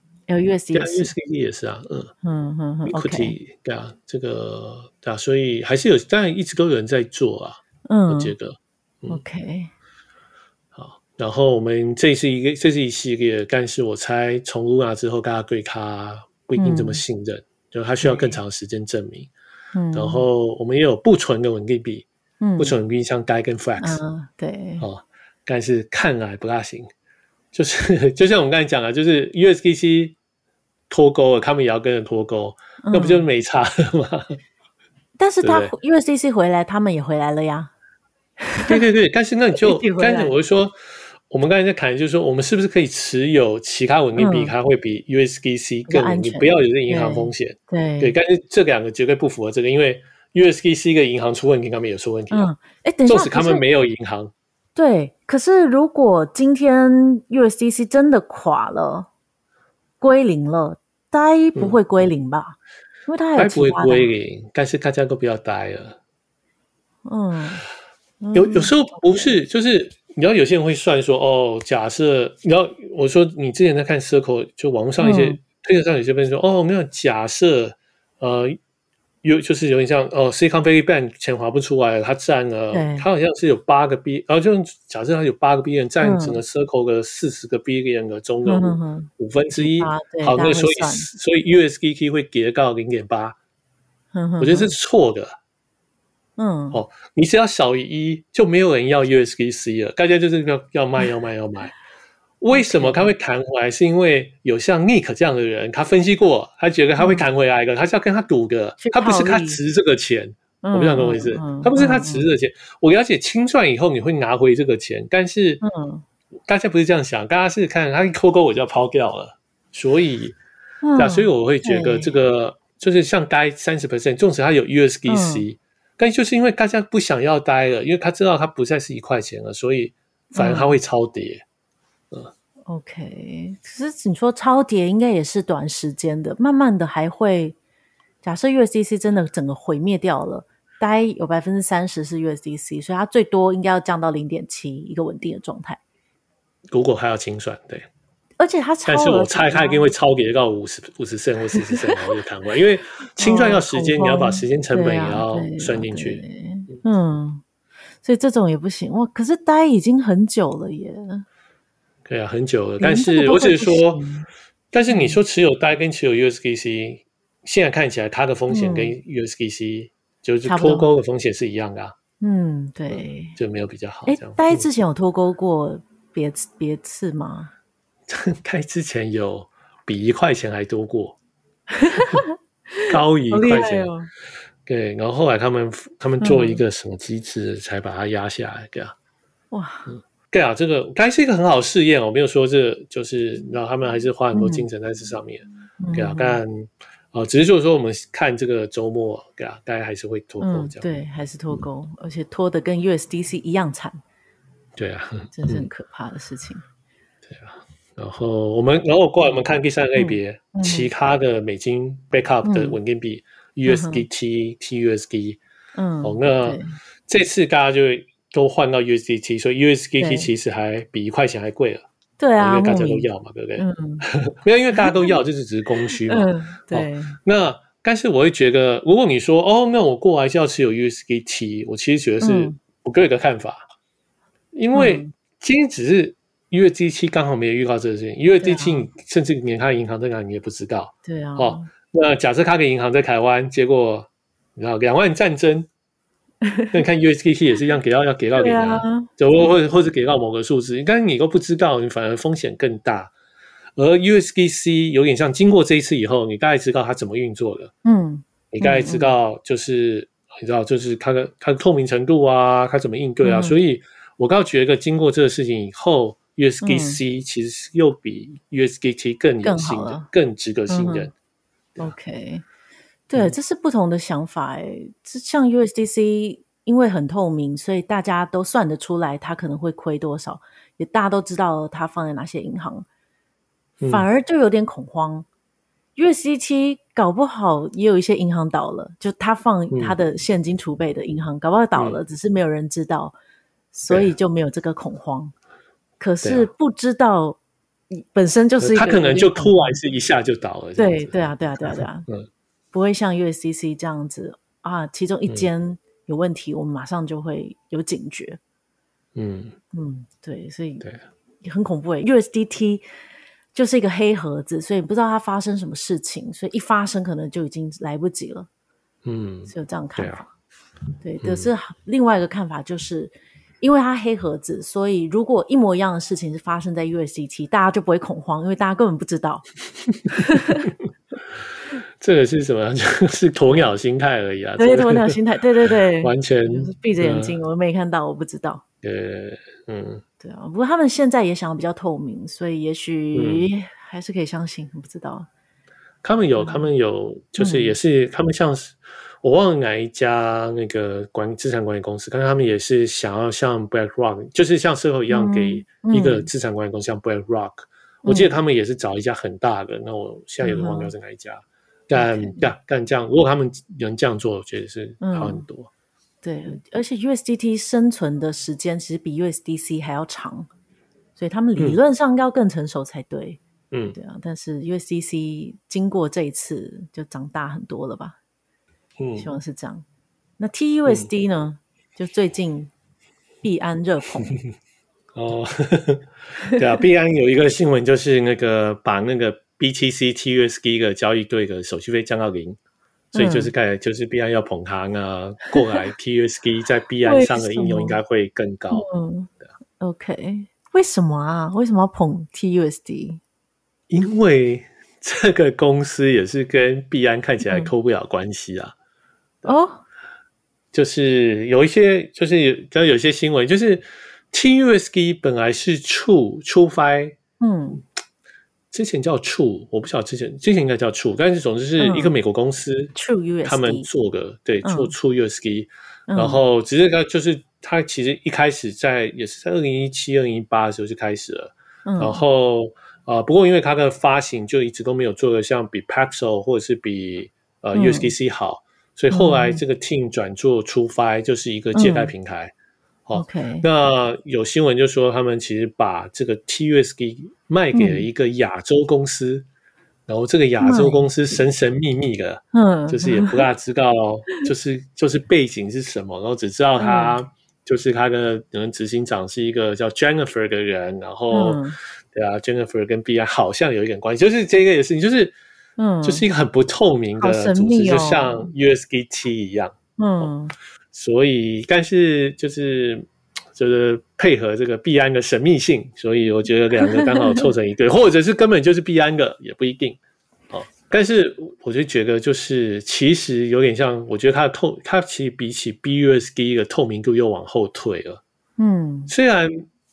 LUSD 也是啊 ，Equity 对啊，这个对啊，所以还是有，当然一直都有人在做啊。我觉得 OK。 好，然后我们这是一系列，但是我猜从 Luna 之后，大家对它不一定这么信任，就它需要更长的时间证明。然后我们也有不纯的稳定币，不纯稳定币像 DAI 跟 Flex， 对， 但是看来不大行。就是就像我们刚才讲的，就是 USDC 脱钩了，他们也要跟着脱钩，那不就没差了吗？ 但是他 USDC 回来，他们也回来了呀。 对，但是那你就刚才我就说，我们刚才在谈，就是说我们是不是可以持有其他稳定币，它会比 USDC 更稳定，不要有这银行风险。对，但是这两个绝对不符合这个，因为 USDC 的银行出问题，他们也出问题。 等一下， 纵使他们没有银行。 对，可是如果今天 USDC 真的垮了，归零了，DAI 不会归零吧？因为它还有其他的。 DAI 不会归零，但是大家都不要DAI了。有时候不是，就是你知道有些人会算说，假设你知道我说你之前在看 Circle， 就网络上一些推特上有些朋友说，没有假设，就是有点像Silicon Valley Bank 钱划不出来了，它占了，它好像是有8个 B， 然后就假设它有8个 billion， 占整个 Circle 的40个 billion 的中的1/5。好，那所以 USDT 会跌到 0.8， 我觉得这是错的。你只要小于1，就没有人要 USDC 了，大家就是要卖。为什么他会弹回来？是因为有像 Nick 这样的人，他分析过，他觉得他会弹回来的，他是要跟他赌的，他不是他值这个钱。我不想跟我意思，他不是他值这个钱。我了解清算以后你会拿回这个钱，但是大家不是这样想，大家是看他一扣钩我就要抛掉了，所以我会觉得这个就是像DAI 30%， 纵使他有 USDC，但就是因为大家不想要DAI了，因为他知道他不再是1块钱了，所以反而他会超跌。 OK， 可是你说超跌应该也是短时间的，慢慢的还会，假设 USDC 真的整个毁灭掉了，大概有 30% 是 USDC， 所以它最多应该要降到 0.7 一个稳定的状态。 如果还要清算，对。 而且它超额， 但是我猜它一定会超跌到50 cent 或40 cent， 然后就弹回来，因为清算要时间，你要把时间成本也要算进去。 所以这种也不行哇！可是DAI已经很久了耶。 对啊，很久了。但是我只是说，但是你说持有DAI跟持有 USDC， 现在看起来它的风险跟 USDC 就是脱钩的风险是一样的。 对， 就没有比较好。 DAI 之前有脱钩过别次吗？ DAI 之前有比1块钱还多过，高于1块钱。对，然后后来他们做一个什么机制才把它压下来，对啊。 哇。 对啊，这个DAI是一个很好的试验，我没有说这就是，然后他们还是花很多精神在这上面。对啊，但只是就是说我们看这个周末大概还是会脱钩这样。 对，还是脱钩，而且脱的跟 USDC 一样惨。 对啊， 真是很可怕的事情。 对啊，然后过来我们看第三个类别，其他的美金 backup 的稳定币，USDT、TUSD。那这次大家就都换到 USDT， 所以 USDT 其实还比1块钱还贵了。 对啊， 因为大家都要嘛，对不对？没有，因为大家都要，这只是供需嘛。 对。 那但是我会觉得，如果你说那我过来就要持有 USDT， 我其实觉得是我个人的看法，因为今天只是USDT刚好没有预告这个事情，USDT甚至连他的银行在哪你也不知道。 对啊。 那假设他的银行在台湾，结果你知道2万战争。那你看 USDT 也是一样要给到零啊，或者给到某个数字，但是你都不知道，你反而风险更大。而 USDC 有点像经过这一次以后，你大概知道它怎么运作的，你大概知道就是你知道就是它的透明程度啊，它怎么应对啊，所以我刚觉得经过这个事情以后，USDC 其实又比 USDT 更有信任，更值得信任。 OK。对，这是不同的想法像 USDC 因为很透明，所以大家都算得出来它可能会亏多少，也大家都知道它放在哪些银行，反而就有点恐慌。USDT 搞不好也有一些银行倒了，就他放他的现金储备的银行搞不好倒了，只是没有人知道，所以就没有这个恐慌。可是不知道本身就是一个， 他可能就突然是一下就倒了。 对啊。不会像 USDC 这样子其中一间有问题，我们马上就会有警觉。对，所以很恐怖USDT 就是一个黑盒子，所以不知道它发生什么事情，所以一发生可能就已经来不及了。是有这样看法。对，可是另外一个看法就是因为它黑盒子，所以如果一模一样的事情是发生在 USDT， 大家就不会恐慌，因为大家根本不知道。 这个是什么？就是鸵鸟心态而已啊！ 对，鸵鸟心态，对， 完全就是闭着眼睛，我没看到，我不知道。 对啊。不过他们现在也想要比较透明，所以也许还是可以相信，我不知道。 他们有，就是也是他们像是我忘了哪一家那个资产管理公司，但是他们也是想要像 BlackRock， 就是像社会一样给一个资产管理公司像 BlackRock。我记得他们也是找一家很大的，那我现在有点忘掉是哪一家。但这样，如果他们能这样做，我觉得是好很多。 对，而且 USDT 生存的时间其实比 USDC 还要长，所以他们理论上要更成熟才对。对啊，但是 USDC 经过这一次就长大很多了吧？希望是这样。那 TUSD 呢？就最近币安热捧。 对啊，币安有一个新闻，就是那个把那个 BTC TUSD 的交易对的手续费降到0，所以就是币安要捧它呢，过来 TUSD 在币安上的应用应该会更高。 OK， 为什么啊？为什么要捧 TUSD？ 因为这个公司也是跟币安看起来脱不了关系啊。就是有一些，就是有些新闻，就是 TUSD 本来是触发，之前叫触，我不晓得之前应该叫触，但是总之是一个美国公司他们做的，对，触 USD，然后只是就是它其实一开始也是在2017、2018的时候就开始了，然后不过因为它的发行就一直都没有做的像比 Paxos 或者是比USDC 好，所以后来这个 team 转做触发，就是一个借贷平台。那有新闻就说他们其实把这个 TUSD 卖给了一个亚洲公司，然后这个亚洲公司神神秘秘的，就是也不大知道就是背景是什么，然后只知道他就是他的执行长是一个叫 Jennifer 的人，然后对啊 Jennifer 跟 币安好像有一点关系，就是这个也是就是就是一个很不透明的组织，就像 USDT 一样。所以但是就是配合这个币安的神秘性，所以我觉得两个刚好凑成一对，或者是根本就是币安的也不一定。但是我就觉得就是其实有点像，我觉得它其实比起 BUSD 的透明度又往后退了。虽然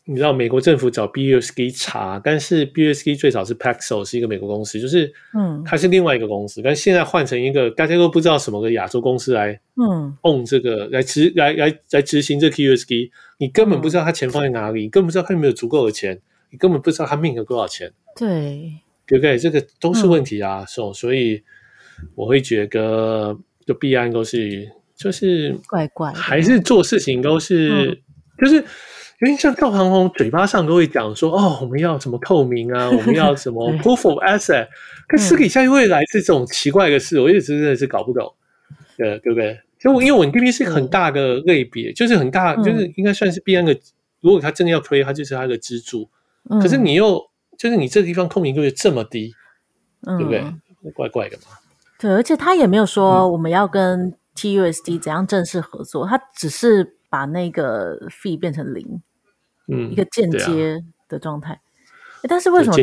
你知道美国政府找 BUSD 查，但是 BUSD 最早是 Paxos 是一个美国公司，就是它是另外一个公司，但现在换成一个大家都不知道什么个亚洲公司来own 这个来执行这个 QUSD， 你根本不知道它钱放在哪里，你根本不知道它有没有足够的钱，你根本不知道它命有多少钱， 对不对？这个都是问题啊，所以我会觉得就币安都是就是怪怪的， 还是做事情都是就是有点像赵长宏嘴巴上都会讲说我们要什么透明啊，我们要什么 proof of asset， 可私底下又会来这种奇怪的事，我一直真的是搞不懂，对不对？因为稳定币是很大的类别，就是很大，就是应该算是币安的，如果他真的要推，它就是它的支柱。可是你又就是你这个地方透明度这么低，对不对？怪怪的嘛。对， 而且他也没有说我们要跟 TUSD 怎样正式合作，他只是把那个 fee 变成0，一个间接的状态。但是为什么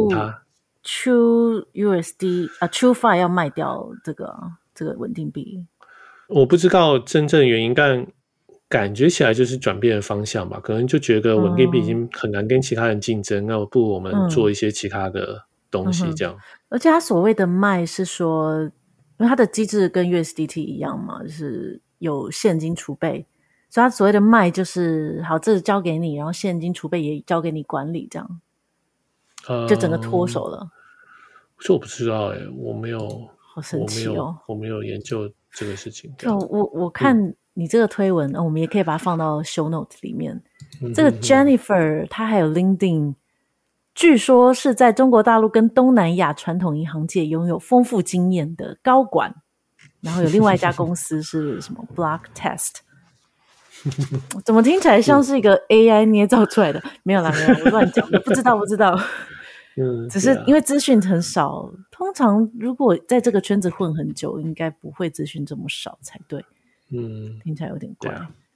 True USD True Fi 要卖掉这个稳定币？ 我不知道真正原因，但感觉起来就是转变的方向吧，可能就觉得稳定币已经很难跟其他人竞争，那不如我们做一些其他的东西这样。 而且他所谓的卖是说，因为他的机制跟 USDT 一样嘛，就是有现金储备，所以他所谓的卖就是好，这交给你，然后现金储备也交给你管理，这样就整个脱手了。 这我不知道我没有， 好神奇我没有研究这个事情。 我看你这个推文，我们也可以把它放到 show note 里面。这个 Jennifer 她还有 LinkedIn， 据说是在中国大陆跟东南亚传统银行界拥有丰富经验的高管，然后有另外一家公司是什么 Block Test， 怎么听起来像是一个 AI 捏造出来的？没有啦，我乱讲的，不知道。只是因为资讯很少，通常如果在这个圈子混很久，应该不会资讯这么少才对。听起来有点怪。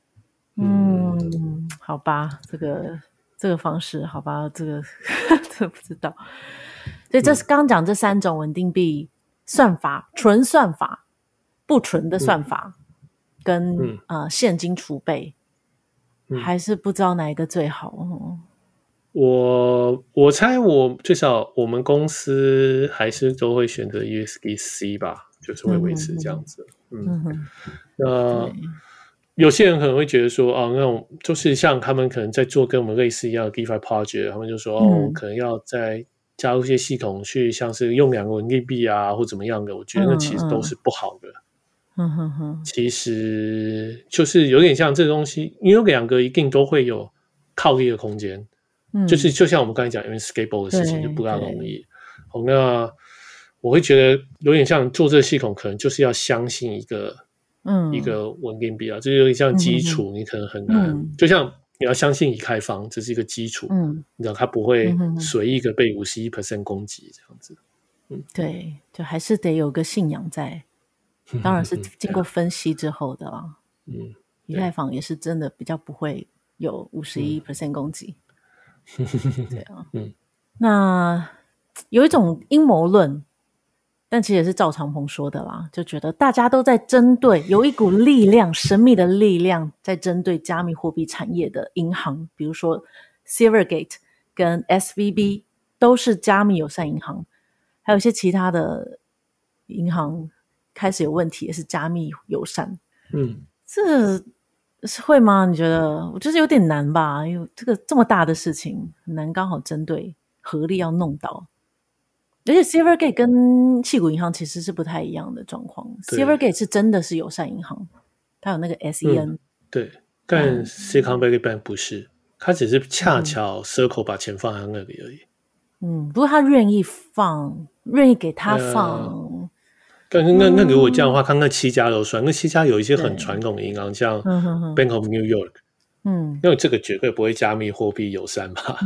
好吧，这个方式，好吧，这个不知道。所以这是刚讲这3种稳定币算法，纯算法、不纯的算法，跟现金储备，还是不知道哪一个最好。 我猜最少我们公司还是都会选择 USDC 吧，就是会维持这样子。那有些人可能会觉得说那种就是像他们可能在做跟我们类似一样的 DeFi project， 他们就说可能要再加入一些系统去像是用2个稳定币啊或怎么样的，我觉得那其实都是不好的。其实就是有点像这个东西，因为2个一定都会有套利的空间。就是就像我们刚才讲，因为 scalable 的事情就不大容易。那我会觉得有点像做这个系统，可能就是要相信一个稳定币啊，这有点像基础，你可能很难。就像你要相信以太坊，这是一个基础，你知道它不会随意的被51% 攻击这样子。 对，就还是得有个信仰在，当然是经过分析之后的啦。以太坊也是真的比较不会有51% 攻击。对啊，那有一种阴谋论，但其实也是赵长鹏说的啦，就觉得大家都在针对有一股力量，神秘的力量在针对加密货币产业的银行，比如说 Silvergate 跟 SVB 都是加密友善银行，还有一些其他的银行开始有问题，也是加密友善。这是会吗？你觉得？我觉得有点难吧，因为这么大的事情很难刚好针对合力要弄到。而且 Silvergate 跟矽谷银行其实是不太一样的状况。Silvergate 是真的是友善银行，它有那个 SEN。 对，但 Silicon Valley Bank 不是，它只是恰巧 Circle 把钱放在那里而已。 不过他愿意给他放。 但是那如果这样的话，看那7家都算，那7家有一些很传统的银行，像 Bank of New York， 因为这个绝对不会加密货币友善吧？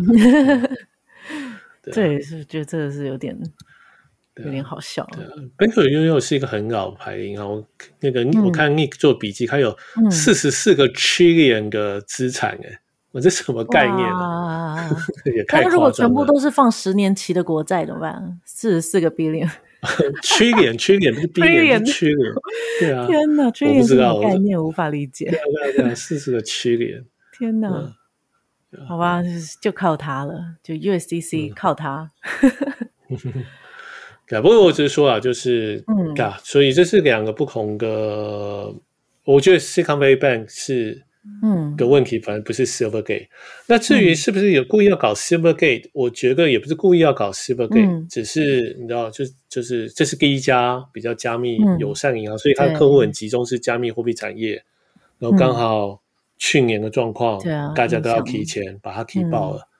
对，是觉得这个是有点好笑。 Bank of New York 是一个很老牌的银行，我看 Nick 做笔记，他有44个 trillion 的资产，我这什么概念啊？也太夸张了。 但如果全部都是放10年期的国债怎么办？44个 billion。 trillion 不是 billion， 是 trillion。对啊， 天哪 ，trillion 是什么概念？无法理解。 对啊，40个 trillion。 天哪， 好吧，就靠它了，就 USDC 靠它。 对，不过我只是说啊，就是所以这是两个不同的。我觉得 Silicon Valley Bank 是的问题，反而不是 Silvergate。那至于是不是有故意要搞 Silvergate，我觉得也不是故意要搞 Silvergate，只是你知道，就是这是第一家比较加密友善银行，所以它的客户很集中是加密货币产业，然后刚好去年的状况，大家都要提钱，把它提爆了。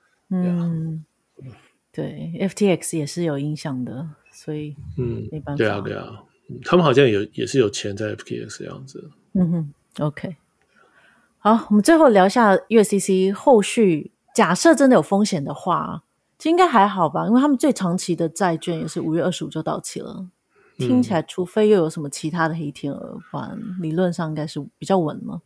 对 ，FTX 也是有影响的，所以没办法。 对啊，他们好像也是有钱在 FTX 这样子。 OK， 好，我们最后聊一下 USDC 后续，假设真的有风险的话，其实应该还好吧，因为他们最长期的债券也是5月25就到期了。听起来，除非又有什么其他的黑天鹅，不然理论上应该是比较稳了。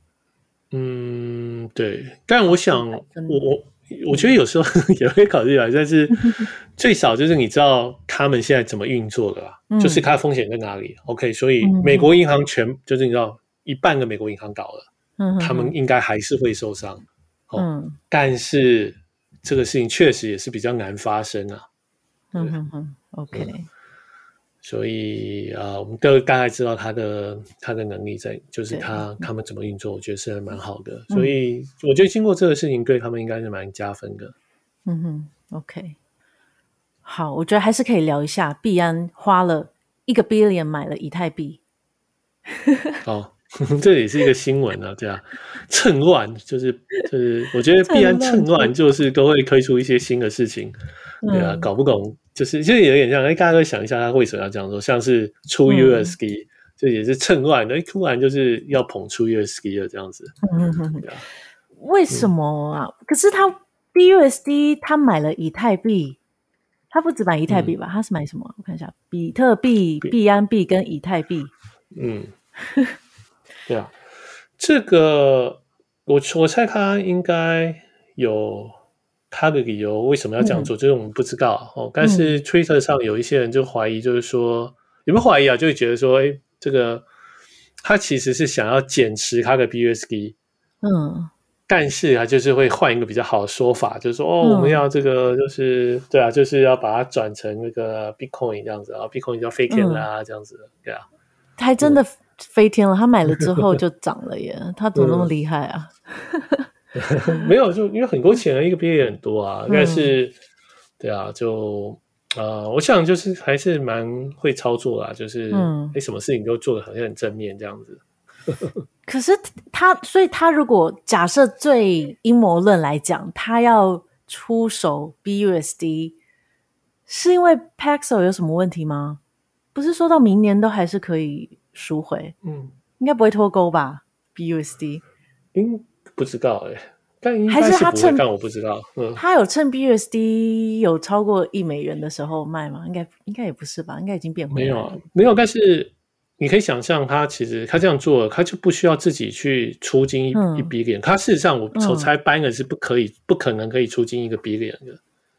对，但我想，我觉得有时候也会考虑啊，但是最少就是你知道他们现在怎么运作的啦，就是它的风险在哪里。OK， 所以美国银行就是你知道一半个美国银行倒了，他们应该还是会受伤。但是这个事情确实也是比较难发生啊。 OK。 所以我们都大概知道他的能力在，就是他们怎么运作，我觉得是蛮好的。所以我觉得经过这个事情，对他们应该是蛮加分的。 OK， 好，我觉得还是可以聊一下，币安花了1个 billion 买了以太币。 这也是一个新闻啊，对啊，趁乱就是我觉得币安趁乱就是都会推出一些新的事情，对啊，搞不懂就是有点像，大家都想一下他为什么要这样做，像是出 USD，这也是趁乱的，突然就是要捧出 USD 的这样子。 为什么啊？可是他 BUSD 他买了以太币，他不止买以太币吧？他是买什么？我看一下，比特币、币安币跟以太币。 对啊，这个我猜他应该有他的理由，为什么要这样做？就是我们不知道但是 Twitter 上有一些人就怀疑，就是说有没有怀疑啊？就会觉得说，这个他其实是想要减持他的 BUSD，但是他就是会换一个比较好的说法，就是说我们要这个就是对啊，就是要把它转成那个 Bitcoin 这样子啊 ，Bitcoin 叫飞天啦这样子，对啊， 还真的飞天了，他买了之后就涨了耶，他怎么那么厉害啊？ 没有，就因为很多钱一个 B 也很多啊，但是对啊，就我想就是还是蛮会操作啦，就是什么事情都做得好像很正面这样子。 可是所以他如果假设最阴谋论来讲，他要出手 BUSD， 是因为 Paxos 有什么问题吗？不是说到明年都还是可以赎回？应该不会脱钩吧 ？BUSD 不知道但应该是不会，但我不知道。 他有趁 BUSD 有超过$1的时候卖吗？应该也不是吧？应该已经变回来了。 没有，但是你可以想象，他其实他这样做，他就不需要自己去出金一笔点。他事实上，我猜 Binance 是不可能可以出金1个 billion 的。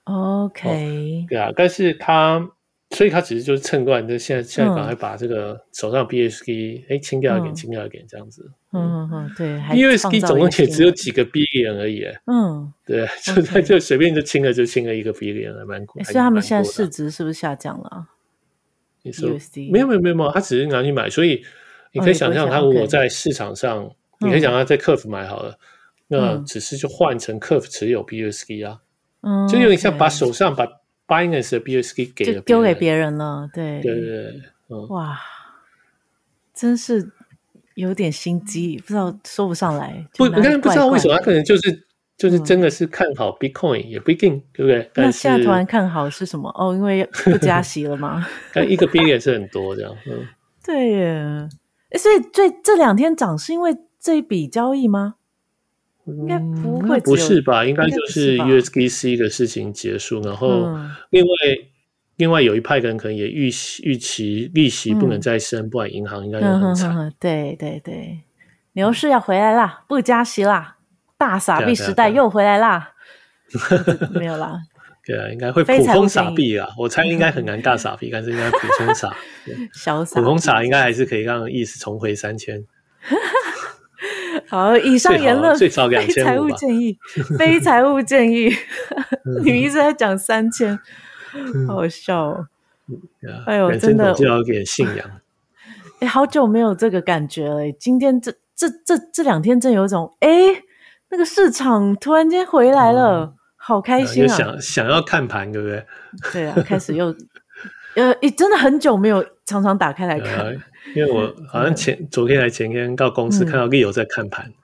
OK， 对啊，但是所以他只是就是趁乱，就现在赶快把这个手上 BUSD 清掉一点这样子。 对 ，BUSD 总共也只有几个 billion 而已。对，就随便就清了1个 billion， 还蛮所以他们现在市值是不是下降了啊？ 你说没有，他只是拿去买，所以你可以想象，他如果在市场上，你可以想象在 Curve 买好了，那只是就换成 Curve 持有 BUSD 啊，就有点像把手上把 Binance 的 BUSD 给了丢给别人了，对，哇，真是有点心机，不知道说不上来。 你看不知道为什么他可能就是真的是看好 Bitcoin， 也不一定，对不对？ 那现在突然看好是什么？因为不加息了吗？ 但1个 billion 是很多这样。 对耶，所以这2天涨是因为这一笔交易吗？应该不会， 不是吧？应该就是 USDC 的事情结束，然后另外有一派人可能也预期利息不能再升，不然银行应该就很惨。 对，牛市要回来啦，不加息啦，大撒币时代又回来啦。没有啦。 对啊，应该会普通撒币啊，我猜应该很难大撒币，但是应该普通撒， 小撒， 普通撒应该还是可以让意识重回3000。 好，以上言论最少非财务建议，非财务建议。你一直在讲3000，好笑哦。哎呦，真的就要有点信仰。 好久没有这个感觉了。今天这2天真有一种那个市场突然间回来了，好开心啊！ 想要看盘，对不对？ 对啊，开始又真的很久没有常常打开来看。 因为我好像昨天还前天到公司看到 Leo 在看盘。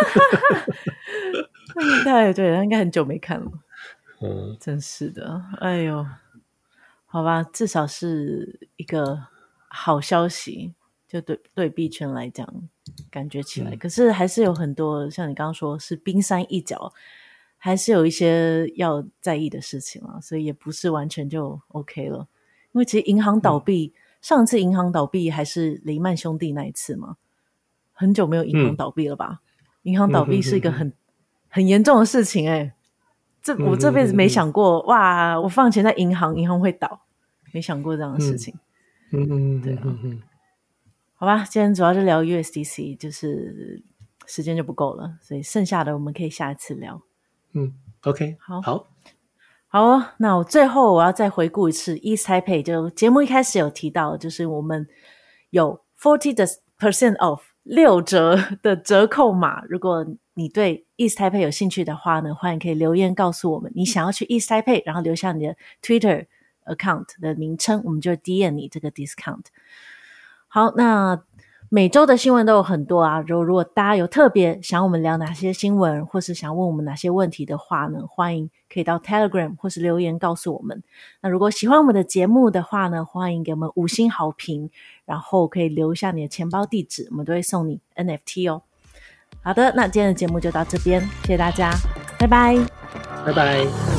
对，应该很久没看了。真是的，哎呦，好吧，至少是一个好消息，就对币圈来讲，感觉起来。可是还是有很多像你刚刚说是冰山一角，还是有一些要在意的事情啊，所以也不是完全就 OK 了。因为其实银行倒闭，上次银行倒闭还是雷曼兄弟那一次嘛，很久没有银行倒闭了吧？银行倒闭是一个很严重的事情我这辈子没想过哇，我放钱在银行会倒，没想过这样的事情。对啊。好吧，今天主要是聊 USDC， 就是时间就不够了，所以剩下的我们可以下一次聊。 OK， 好哦，那我最后我要再回顾一次 East Taipei， 就节目一开始有提到，就是我们有 40% off 6折的折扣码，如果你对 East Taipei 有兴趣的话呢，欢迎可以留言告诉我们你想要去 East Taipei， 然后留下你的 Twitter account 的名称，我们就 DM 你这个 discount。 好，那每周的新闻都有很多啊，如果大家有特别想我们聊哪些新闻，或是想问我们哪些问题的话呢，欢迎可以到 Telegram 或是留言告诉我们。那如果喜欢我们的节目的话呢，欢迎给我们5星好评，然后可以留下你的钱包地址，我们都会送你 NFT 哦。好的，那今天的节目就到这边，谢谢大家，拜拜， 拜拜。